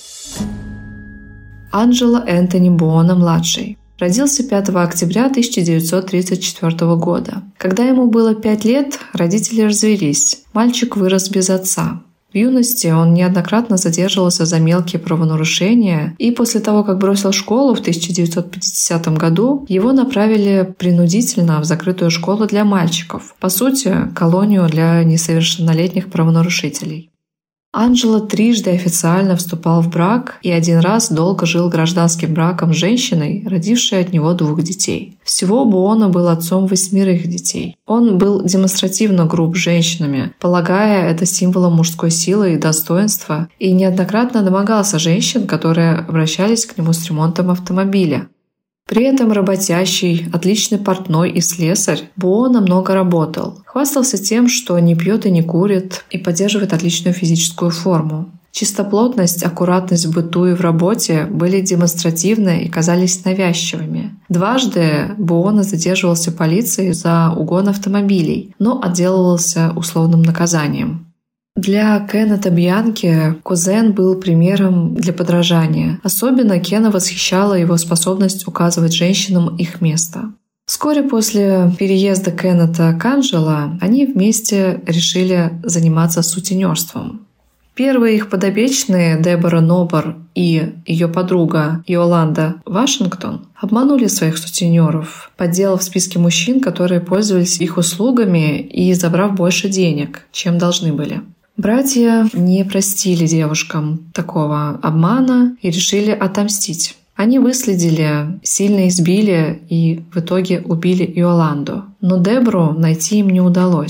Анджело Энтони Буона-младший. Родился пятого октября тысяча девятьсот тридцать четвёртого года. Когда ему было пять лет, родители развелись. Мальчик вырос без отца. В юности он неоднократно задерживался за мелкие правонарушения, и после того, как бросил школу в тысяча девятьсот пятидесятом году, его направили принудительно в закрытую школу для мальчиков, по сути, колонию для несовершеннолетних правонарушителей. Анджело трижды официально вступал в брак и один раз долго жил гражданским браком с женщиной, родившей от него двух детей. Всего Буона был отцом восьмерых детей. Он был демонстративно груб с женщинами, полагая это символом мужской силы и достоинства, и неоднократно домогался женщин, которые обращались к нему с ремонтом автомобиля. При этом работящий, отличный портной и слесарь, Буона много работал. Хвастался тем, что не пьет и не курит, и поддерживает отличную физическую форму. Чистоплотность, аккуратность в быту и в работе были демонстративны и казались навязчивыми. Дважды Буона задерживался полицией за угон автомобилей, но отделывался условным наказанием. Для Кеннета Бьянки кузен был примером для подражания. Особенно Кена восхищала его способность указывать женщинам их место. Вскоре после переезда Кеннета к Анджело они вместе решили заниматься сутенерством. Первые их подопечные, Дебора Нобар и ее подруга Йоланда Вашингтон, обманули своих сутенеров, подделав списки мужчин, которые пользовались их услугами, и забрав больше денег, чем должны были. Братья не простили девушкам такого обмана и решили отомстить. Они выследили, сильно избили и в итоге убили Йоланду. Но Дебору найти им не удалось.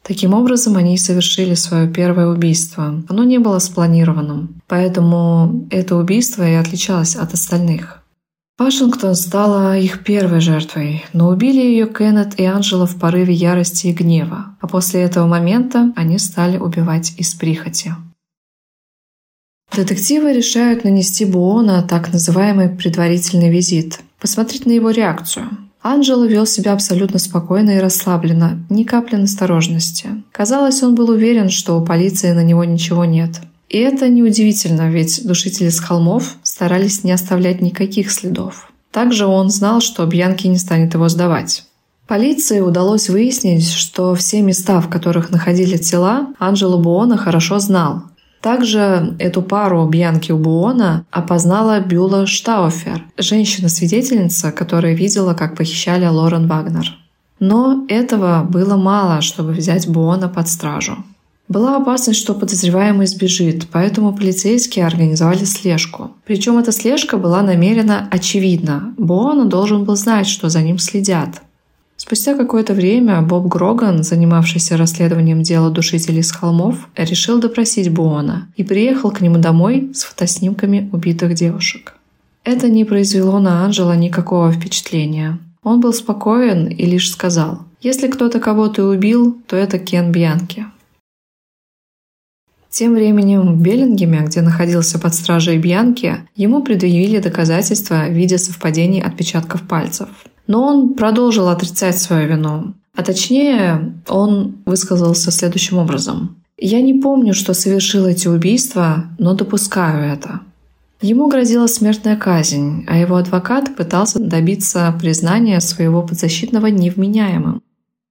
Таким образом, они совершили свое первое убийство. Оно не было спланированным, поэтому это убийство и отличалось от остальных. Вашингтон стала их первой жертвой, но убили ее Кеннет и Анджела в порыве ярости и гнева, а после этого момента они стали убивать из прихоти. Детективы решают нанести Буона так называемый предварительный визит, посмотреть на его реакцию. Анджело вел себя абсолютно спокойно и расслабленно, ни капли настороженности. Казалось, он был уверен, что у полиции на него ничего нет. И это неудивительно, ведь душители с холмов старались не оставлять никаких следов. Также он знал, что Бьянки не станет его сдавать. Полиции удалось выяснить, что все места, в которых находили тела, Анджело Буона хорошо знал. Также эту пару Бьянки у Буона опознала Бюла Штауфер, женщина-свидетельница, которая видела, как похищали Лорен Вагнер. Но этого было мало, чтобы взять Буона под стражу. Была опасность, что подозреваемый сбежит, поэтому полицейские организовали слежку. Причем эта слежка была намеренно очевидна. Буона должен был знать, что за ним следят. Спустя какое-то время Боб Гроган, занимавшийся расследованием дела душителей с холмов, решил допросить Буона и приехал к нему домой с фотоснимками убитых девушек. Это не произвело на Анджело никакого впечатления. Он был спокоен и лишь сказал: «Если кто-то кого-то убил, то это Кен Бьянки». Тем временем в Беллингеме, где находился под стражей Бьянки, ему предъявили доказательства в виде совпадений отпечатков пальцев. Но он продолжил отрицать свою вину. А точнее, он высказался следующим образом: «Я не помню, что совершил эти убийства, но допускаю это». Ему грозила смертная казнь, а его адвокат пытался добиться признания своего подзащитного невменяемым.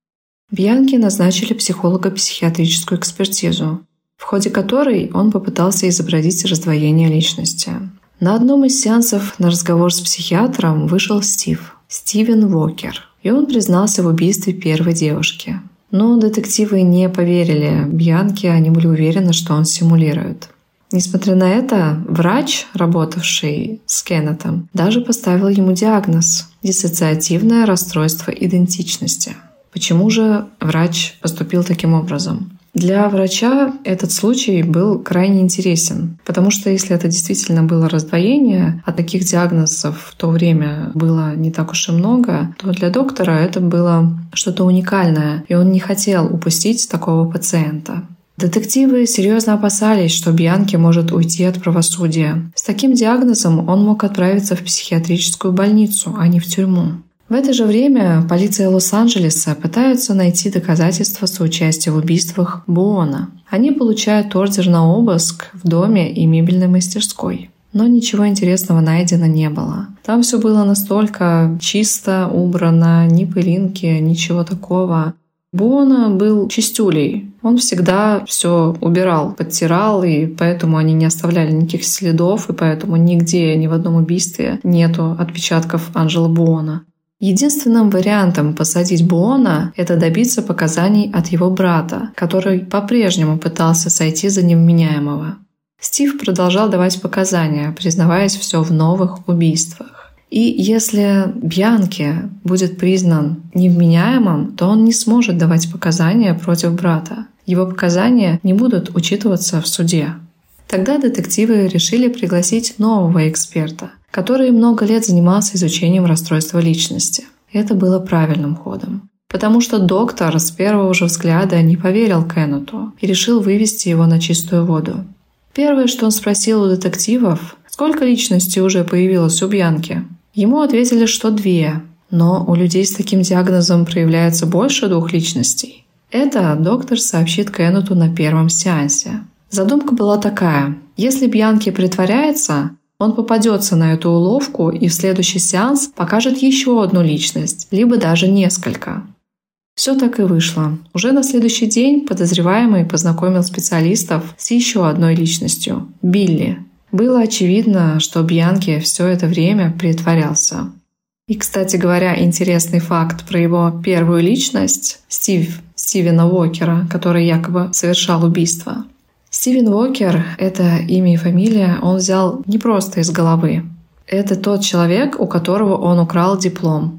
Бьянки назначили психолого-психиатрическую экспертизу, в ходе которой он попытался изобразить раздвоение личности. На одном из сеансов на разговор с психиатром вышел Стив, Стивен Уокер, и он признался в убийстве первой девушки. Но детективы не поверили Бьянке, они были уверены, что он симулирует. Несмотря на это, врач, работавший с Кеннетом, даже поставил ему диагноз – диссоциативное расстройство идентичности. Почему же врач поступил таким образом? Для врача этот случай был крайне интересен, потому что если это действительно было раздвоение, а таких диагнозов в то время было не так уж и много, то для доктора это было что-то уникальное, и он не хотел упустить такого пациента. Детективы серьезно опасались, что Бьянки может уйти от правосудия. С таким диагнозом он мог отправиться в психиатрическую больницу, а не в тюрьму. В это же время полиция Лос-Анджелеса пытается найти доказательства соучастия в убийствах Буона. Они получают ордер на обыск в доме и мебельной мастерской. Но ничего интересного найдено не было. Там все было настолько чисто, убрано, ни пылинки, ничего такого. Буона был чистюлей. Он всегда все убирал, подтирал, и поэтому они не оставляли никаких следов, и поэтому нигде, ни в одном убийстве нету отпечатков Анджело Буона. Единственным вариантом посадить Буона – это добиться показаний от его брата, который по-прежнему пытался сойти за невменяемого. Стив продолжал давать показания, признаваясь все в новых убийствах. И если Бьянки будет признан невменяемым, то он не сможет давать показания против брата. Его показания не будут учитываться в суде. Тогда детективы решили пригласить нового эксперта, который много лет занимался изучением расстройства личности. Это было правильным ходом, потому что доктор с первого же взгляда не поверил Кеннету и решил вывести его на чистую воду. Первое, что он спросил у детективов, сколько личностей уже появилось у Бьянки. Ему ответили, что две, но у людей с таким диагнозом проявляется больше двух личностей. Это доктор сообщит Кеннету на первом сеансе. Задумка была такая: если Бьянки притворяется, он попадется на эту уловку и в следующий сеанс покажет еще одну личность, либо даже несколько. Все так и вышло. Уже на следующий день подозреваемый познакомил специалистов с еще одной личностью – Билли. Было очевидно, что Бьянки все это время притворялся. И, кстати говоря, интересный факт про его первую личность – Стив, Стивена Уокера, который якобы совершал убийство. Стивен Уокер — это имя и фамилия он взял не просто из головы. Это тот человек, у которого он украл диплом.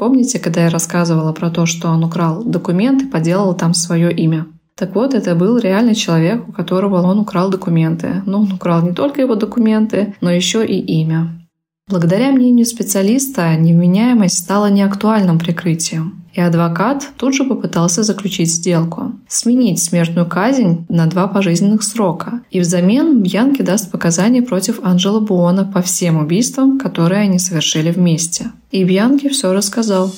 Помните, когда я рассказывала про то, что он украл документы и поделал там свое имя? Так вот, это был реальный человек, у которого он украл документы. Но он украл не только его документы, но еще и имя. Благодаря мнению специалиста, невменяемость стала неактуальным прикрытием, и адвокат тут же попытался заключить сделку – сменить смертную казнь на два пожизненных срока, и взамен Бьянки даст показания против Анджело Буоно по всем убийствам, которые они совершили вместе. И Бьянки все рассказал.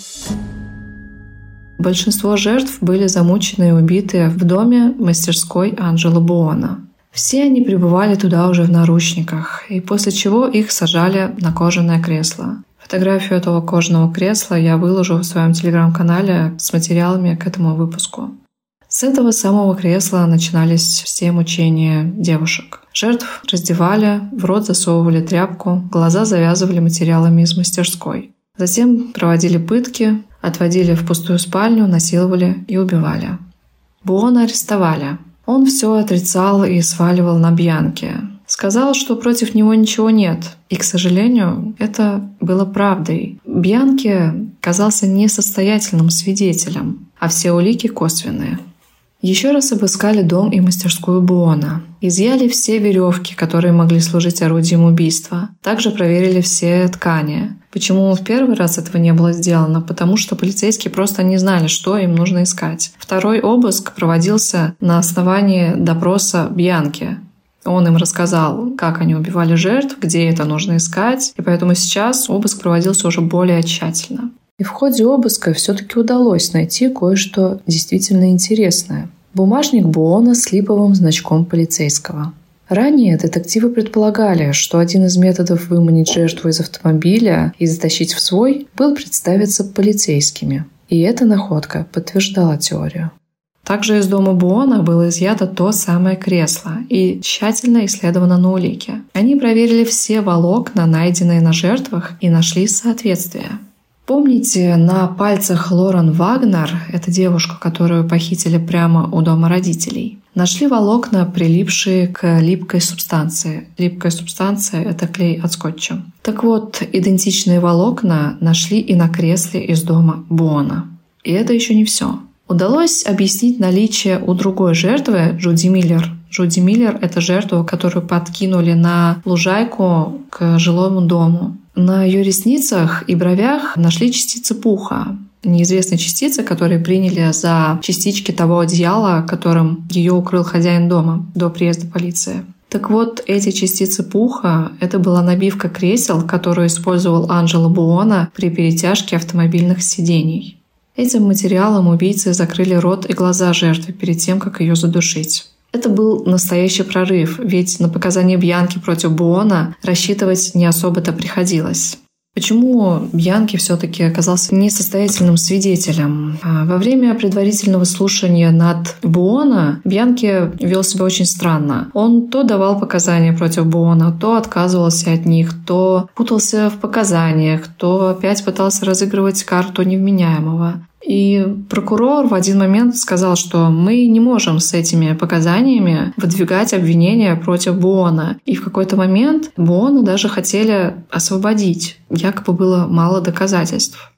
Большинство жертв были замучены и убиты в доме мастерской Анджело Буоно. Все они пребывали туда уже в наручниках, и после чего их сажали на кожаное кресло. Фотографию этого кожаного кресла я выложу в своем телеграм-канале с материалами к этому выпуску. С этого самого кресла начинались все мучения девушек. Жертв раздевали, в рот засовывали тряпку, глаза завязывали материалами из мастерской. Затем проводили пытки, отводили в пустую спальню, насиловали и убивали. Буоно арестовали. Он все отрицал и сваливал на Бьянки. Сказал, что против него ничего нет. И, к сожалению, это было правдой. Бьянки казался несостоятельным свидетелем, а все улики косвенные. Еще раз обыскали дом и мастерскую Буоно. Изъяли все веревки, которые могли служить орудием убийства. Также проверили все ткани. Почему в первый раз этого не было сделано? Потому что полицейские просто не знали, что им нужно искать. Второй обыск проводился на основании допроса Бьянки. Он им рассказал, как они убивали жертв, где это нужно искать, и поэтому сейчас обыск проводился уже более тщательно. И в ходе обыска все-таки удалось найти кое-что действительно интересное. Бумажник Буоно с липовым значком полицейского. Ранее детективы предполагали, что один из методов выманить жертву из автомобиля и затащить в свой был представиться полицейскими. И эта находка подтверждала теорию. Также из дома Буоно было изъято то самое кресло и тщательно исследовано на улики. Они проверили все волокна, найденные на жертвах, и нашли соответствие. Помните, на пальцах Лорен Вагнер, это девушка, которую похитили прямо у дома родителей, нашли волокна, прилипшие к липкой субстанции. Липкая субстанция – это клей от скотча. Так вот, идентичные волокна нашли и на кресле из дома Буоно. И это еще не все. Удалось объяснить наличие у другой жертвы, Джуди Миллер. Джуди Миллер – это жертва, которую подкинули на лужайку к жилому дому. На ее ресницах и бровях нашли частицы пуха, неизвестные частицы, которые приняли за частички того одеяла, которым ее укрыл хозяин дома до приезда полиции. Так вот, эти частицы пуха – это была набивка кресел, которую использовал Анджело Буоно при перетяжке автомобильных сидений. Этим материалом убийцы закрыли рот и глаза жертвы перед тем, как ее задушить. Это был настоящий прорыв, ведь на показания Бьянки против Буоно рассчитывать не особо-то приходилось. Почему Бьянки все-таки оказался несостоятельным свидетелем? Во время предварительного слушания над Буоно Бьянки вел себя очень странно. Он то давал показания против Буоно, то отказывался от них, то путался в показаниях, то опять пытался разыгрывать карту невменяемого. И прокурор в один момент сказал, что мы не можем с этими показаниями выдвигать обвинения против Буоно. И в какой-то момент Буоно даже хотели освободить. Якобы было мало доказательств.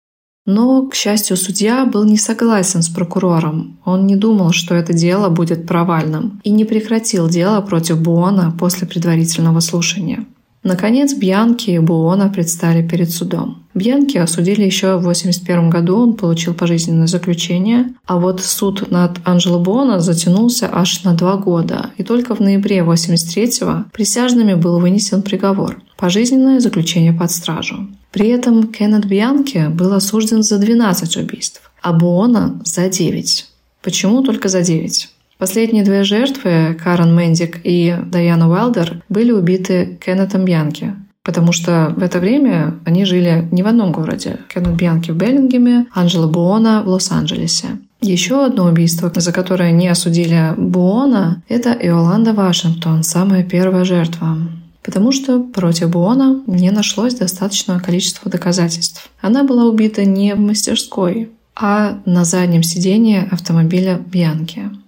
Но, к счастью, судья был не согласен с прокурором. Он не думал, что это дело будет провальным, и не прекратил дело против Буоно после предварительного слушания. Наконец, Бьянки и Буоно предстали перед судом. Бьянки осудили еще в восемьдесят первом году, он получил пожизненное заключение, а вот суд над Анджело Буоно затянулся аж на два года, и только в ноябре восемьдесят третьего присяжными был вынесен приговор – пожизненное заключение под стражу. При этом Кеннет Бьянки был осужден за двенадцать убийств, а Буоно – за девять. Почему только за девять? Последние две жертвы, Карен Мендик и Дайана Уайлдер, были убиты Кеннетом Бьянки, потому что в это время они жили не в одном городе. Кеннет Бьянки в Беллингеме, Анджело Буоно в Лос-Анджелесе. Еще одно убийство, за которое не осудили Буоно, это Иоланда Вашингтон, самая первая жертва. Потому что против Буоно не нашлось достаточного количества доказательств. Она была убита не в мастерской, а на заднем сиденье автомобиля Бьянки.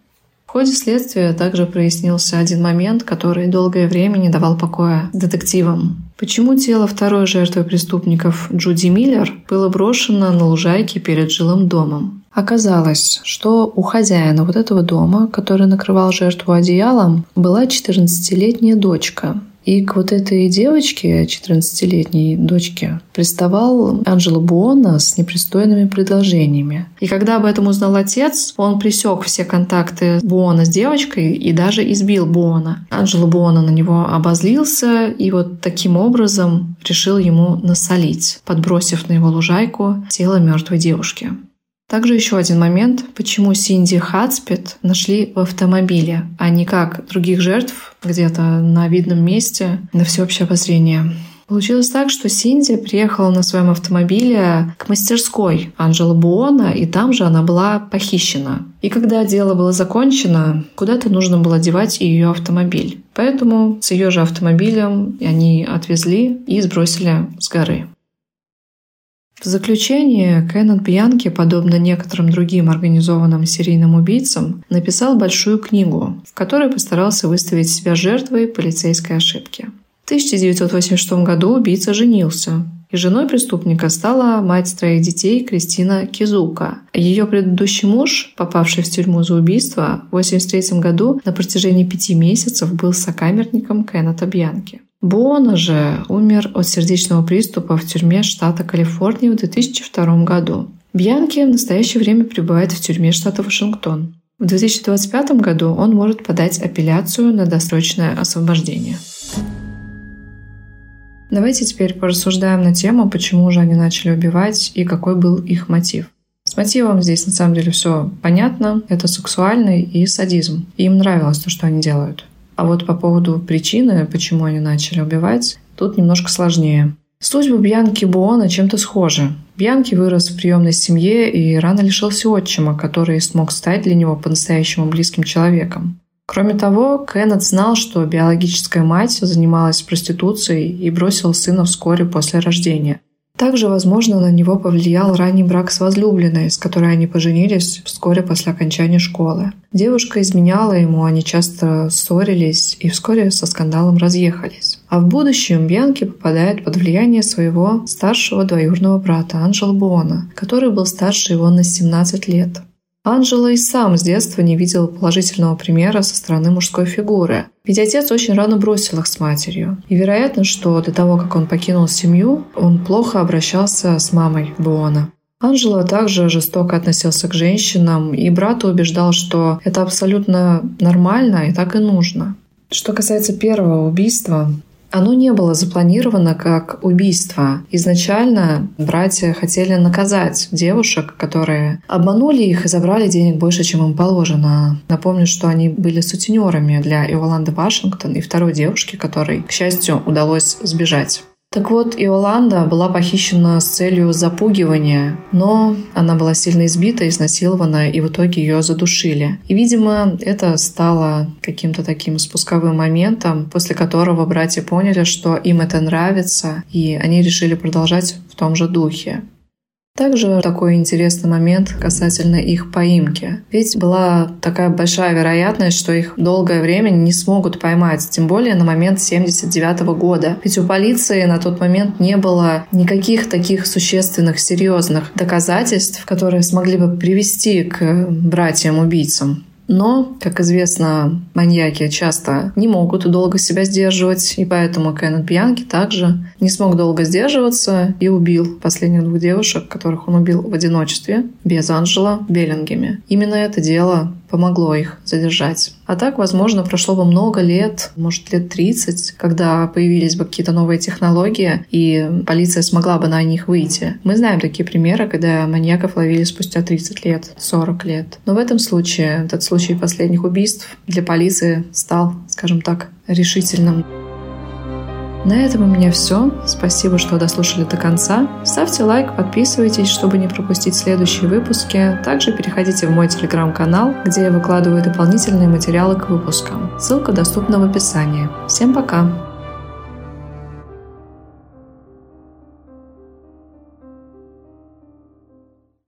В ходе следствия также прояснился один момент, который долгое время не давал покоя детективам. Почему тело второй жертвы преступников Джуди Миллер было брошено на лужайке перед жилым домом? Оказалось, что у хозяина вот этого дома, который накрывал жертву одеялом, была четырнадцатилетняя дочка. И к вот этой девочке, четырнадцатилетней дочке, приставал Анджело Буоно с непристойными предложениями. И когда об этом узнал отец, он пресек все контакты Буоно с девочкой и даже избил Буоно. Анджело Буоно на него обозлился и вот таким образом решил ему насолить, подбросив на его лужайку тело мертвой девушки. Также еще один момент, почему Синди Хатспет нашли в автомобиле, а не как других жертв где-то на видном месте на всеобщее обозрение. Получилось так, что Синди приехала на своем автомобиле к мастерской Анджело Буоно, и там же она была похищена. И когда дело было закончено, куда-то нужно было девать ее автомобиль. Поэтому с ее же автомобилем они отвезли и сбросили с горы. В заключение, Кеннет Бьянки, подобно некоторым другим организованным серийным убийцам, написал большую книгу, в которой постарался выставить себя жертвой полицейской ошибки. В тысяча девятьсот восемьдесят шестом году убийца женился, и женой преступника стала мать троих детей Кристина Кизука. Ее предыдущий муж, попавший в тюрьму за убийство, в восемьдесят третьем году на протяжении пяти месяцев был сокамерником Кеннета Бьянки. Буоно же умер от сердечного приступа в тюрьме штата Калифорния в две тысячи втором году. Бьянки в настоящее время пребывает в тюрьме штата Вашингтон. В две тысячи двадцать пятом году он может подать апелляцию на досрочное освобождение. Давайте теперь порассуждаем на тему, почему же они начали убивать и какой был их мотив. С мотивом здесь на самом деле все понятно. Это сексуальный и садизм. И им нравилось то, что они делают. А вот по поводу причины, почему они начали убивать, тут немножко сложнее. Судьбы Бьянки и Буоно чем-то схожи. Бьянки вырос в приемной семье и рано лишился отчима, который смог стать для него по-настоящему близким человеком. Кроме того, Кеннет знал, что биологическая мать занималась проституцией и бросила сына вскоре после рождения. Также, возможно, на него повлиял ранний брак с возлюбленной, с которой они поженились вскоре после окончания школы. Девушка изменяла ему, они часто ссорились и вскоре со скандалом разъехались. А в будущем Бьянки попадает под влияние своего старшего двоюродного брата Анджело Буоно, который был старше его на семнадцать лет. Анджело и сам с детства не видел положительного примера со стороны мужской фигуры, ведь отец очень рано бросил их с матерью. И вероятно, что до того, как он покинул семью, он плохо обращался с мамой Буоно. Анджело также жестоко относился к женщинам, и брата убеждал, что это абсолютно нормально и так и нужно. Что касается первого убийства, оно не было запланировано как убийство. Изначально братья хотели наказать девушек, которые обманули их и забрали денег больше, чем им положено. Напомню, что они были сутенерами для Иоланды Вашингтон и второй девушки, которой, к счастью, удалось сбежать. Так вот, Иоланда была похищена с целью запугивания, но она была сильно избита, изнасилована, и в итоге ее задушили. И, видимо, это стало каким-то таким спусковым моментом, после которого братья поняли, что им это нравится, и они решили продолжать в том же духе. Также такой интересный момент касательно их поимки. Ведь была такая большая вероятность, что их долгое время не смогут поймать, тем более на момент семьдесят девятого года. Ведь у полиции на тот момент не было никаких таких существенных, серьезных доказательств, которые смогли бы привести к братьям-убийцам. Но, как известно, маньяки часто не могут долго себя сдерживать, и поэтому Кеннет Бьянки также не смог долго сдерживаться и убил последних двух девушек, которых он убил в одиночестве, без Анджело Беллингеми. Именно это дело помогло их задержать. А так, возможно, прошло бы много лет, может, лет тридцать, когда появились бы какие-то новые технологии, и полиция смогла бы на них выйти. Мы знаем такие примеры, когда маньяков ловили спустя тридцать лет, сорок лет. Но в этом случае, этот случай последних убийств для полиции стал, скажем так, решительным. На этом у меня все. Спасибо, что дослушали до конца. Ставьте лайк, подписывайтесь, чтобы не пропустить следующие выпуски. Также переходите в мой телеграм-канал, где я выкладываю дополнительные материалы к выпускам. Ссылка доступна в описании. Всем пока!